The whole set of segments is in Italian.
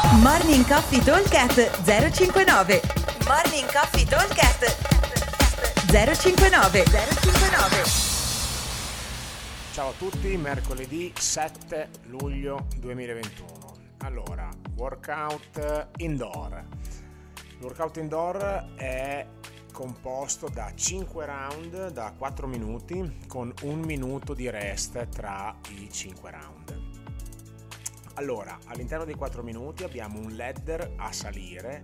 Morning Coffee Talkcast 059. Morning Coffee Talkcast 059. Ciao a tutti, mercoledì 7 luglio 2021. Allora, workout indoor. Il workout indoor è composto da 5 round da 4 minuti con 1 minuto di rest tra i 5 round. Allora, all'interno dei 4 minuti abbiamo un ladder a salire,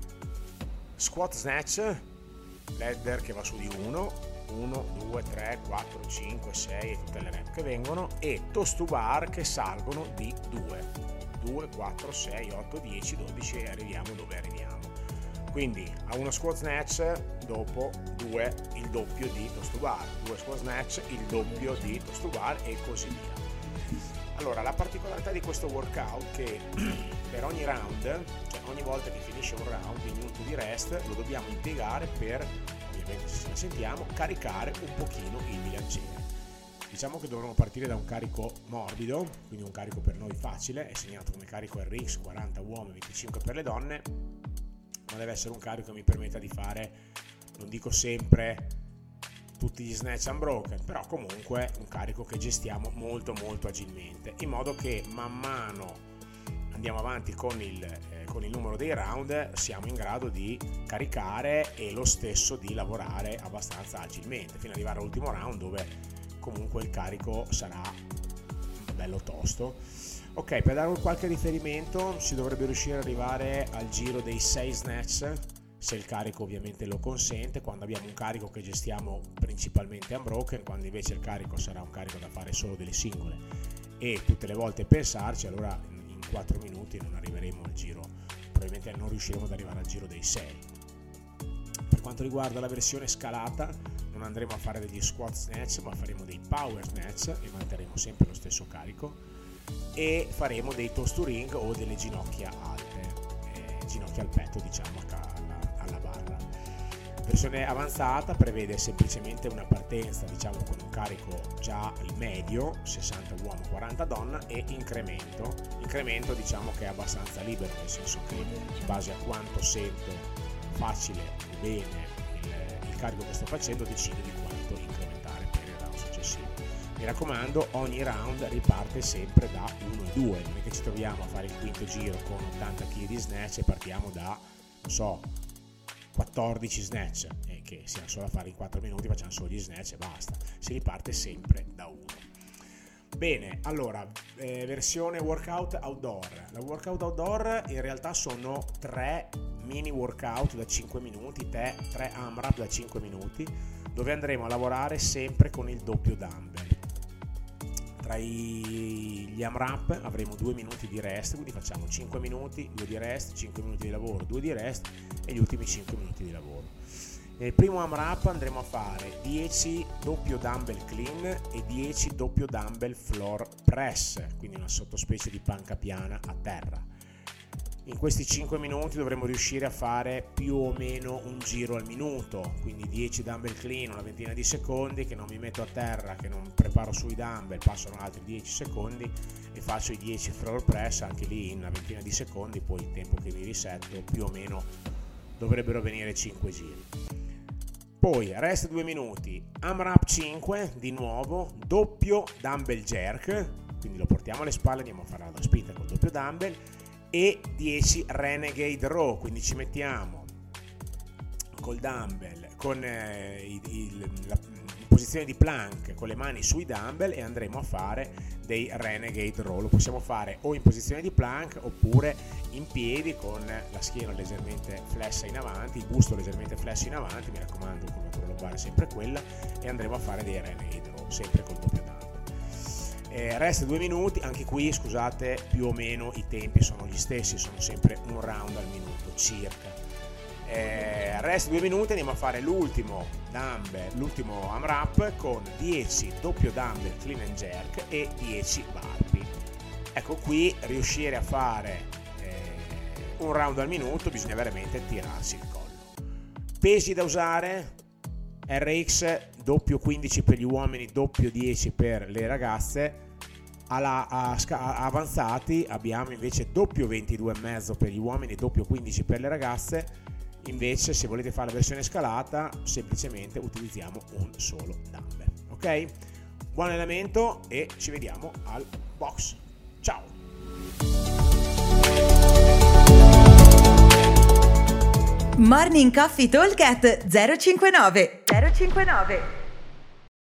squat snatch, ladder che va su di 1, 2, 3, 4, 5, 6 e tutte le rep che vengono, e toes to bar che salgono di 2, 4, 6, 8, 10, 12 e arriviamo dove arriviamo. Quindi a uno squat snatch, dopo 2 il doppio di toes to bar, 2 squat snatch il doppio di toes to bar e così via. Allora, la particolarità di questo workout è che per ogni round, cioè ogni volta che finisce un round, il minuto di rest lo dobbiamo impiegare per, ovviamente se ce la sentiamo, caricare un pochino il bilanciere. Diciamo che dovremo partire da un carico morbido, quindi un carico per noi facile, è segnato come carico RX, 40 uomini, 25 per le donne, ma deve essere un carico che mi permetta di fare, non dico sempre tutti gli snatch unbroken, però comunque un carico che gestiamo molto agilmente, in modo che man mano andiamo avanti con il numero dei round siamo in grado di caricare e lo stesso di lavorare abbastanza agilmente fino ad arrivare all'ultimo round, dove comunque il carico sarà bello tosto. Ok, per dare qualche riferimento si dovrebbe riuscire ad arrivare al giro dei 6 snatch, se il carico ovviamente lo consente, quando abbiamo un carico che gestiamo principalmente unbroken. Quando invece il carico sarà un carico da fare solo delle singole e tutte le volte pensarci, allora in 4 minuti non arriveremo al giro, probabilmente non riusciremo ad arrivare al giro dei 6. Per quanto riguarda la versione scalata, non andremo a fare degli squat snatch, ma faremo dei power snatch e manterremo sempre lo stesso carico, e faremo dei toes to ring o delle ginocchia alte, ginocchia al petto, diciamo, alla barra. La versione avanzata prevede semplicemente una partenza, diciamo, con un carico già il medio, 60 uomo 40 donna, e incremento diciamo che è abbastanza libero, nel senso che in base a quanto sento facile o bene il carico che sto facendo decido di quanto incrementare per il round successivo. Mi raccomando, ogni round riparte sempre da 1 e 2, non è che ci troviamo a fare il quinto giro con 80 kg di snatch e partiamo da, non so, 14 snatch, e che siamo solo a fare in 4 minuti, facciamo solo gli snatch e basta. Si riparte sempre da 1. Bene, allora, versione workout outdoor. La workout outdoor in realtà sono 3 mini workout da 5 minuti, 3 AMRAP da 5 minuti, dove andremo a lavorare sempre con il doppio dumbbell. Tra gli AMRAP avremo 2 minuti di rest, quindi facciamo 5 minuti, 2 di rest, 5 minuti di lavoro, 2 di rest e gli ultimi 5 minuti di lavoro. Nel primo AMRAP andremo a fare 10 doppio dumbbell clean e 10 doppio dumbbell floor press, quindi una sottospecie di panca piana a terra. In questi 5 minuti dovremo riuscire a fare più o meno un giro al minuto, quindi 10 dumbbell clean, una ventina di secondi, che non mi metto a terra, che non preparo sui dumbbell, passano altri 10 secondi e faccio i 10 floor press anche lì in una ventina di secondi, poi il tempo che mi risetto più o meno dovrebbero venire 5 giri. Poi rest 2 minuti, AMRAP 5, di nuovo doppio dumbbell jerk, quindi lo portiamo alle spalle, andiamo a fare la spinta col doppio dumbbell, e 10 renegade row, quindi ci mettiamo col dumbbell in posizione di plank con le mani sui dumbbell e andremo a fare dei renegade row. Lo possiamo fare o in posizione di plank oppure in piedi con la schiena leggermente flessa in avanti, il busto leggermente flesso in avanti, mi raccomando, la curvatura lombare è sempre quella, e andremo a fare dei renegade row sempre col doppio dumbbell. Resta 2 minuti, anche qui scusate, più o meno i tempi sono gli stessi, sono sempre un round al minuto circa. Resta 2 minuti, andiamo a fare l'ultimo AMRAP con 10 doppio dumbbell clean and jerk e 10 burpee. Ecco, qui riuscire a fare un round al minuto bisogna veramente tirarsi il collo. Pesi da usare: RX doppio 15 per gli uomini, doppio 10 per le ragazze, avanzati abbiamo invece doppio 22,5 per gli uomini e doppio 15 per le ragazze. Invece se volete fare la versione scalata semplicemente utilizziamo un solo dumbbell. Ok? Buon allenamento e ci vediamo al box. Ciao! Morning Coffee Talk at 059.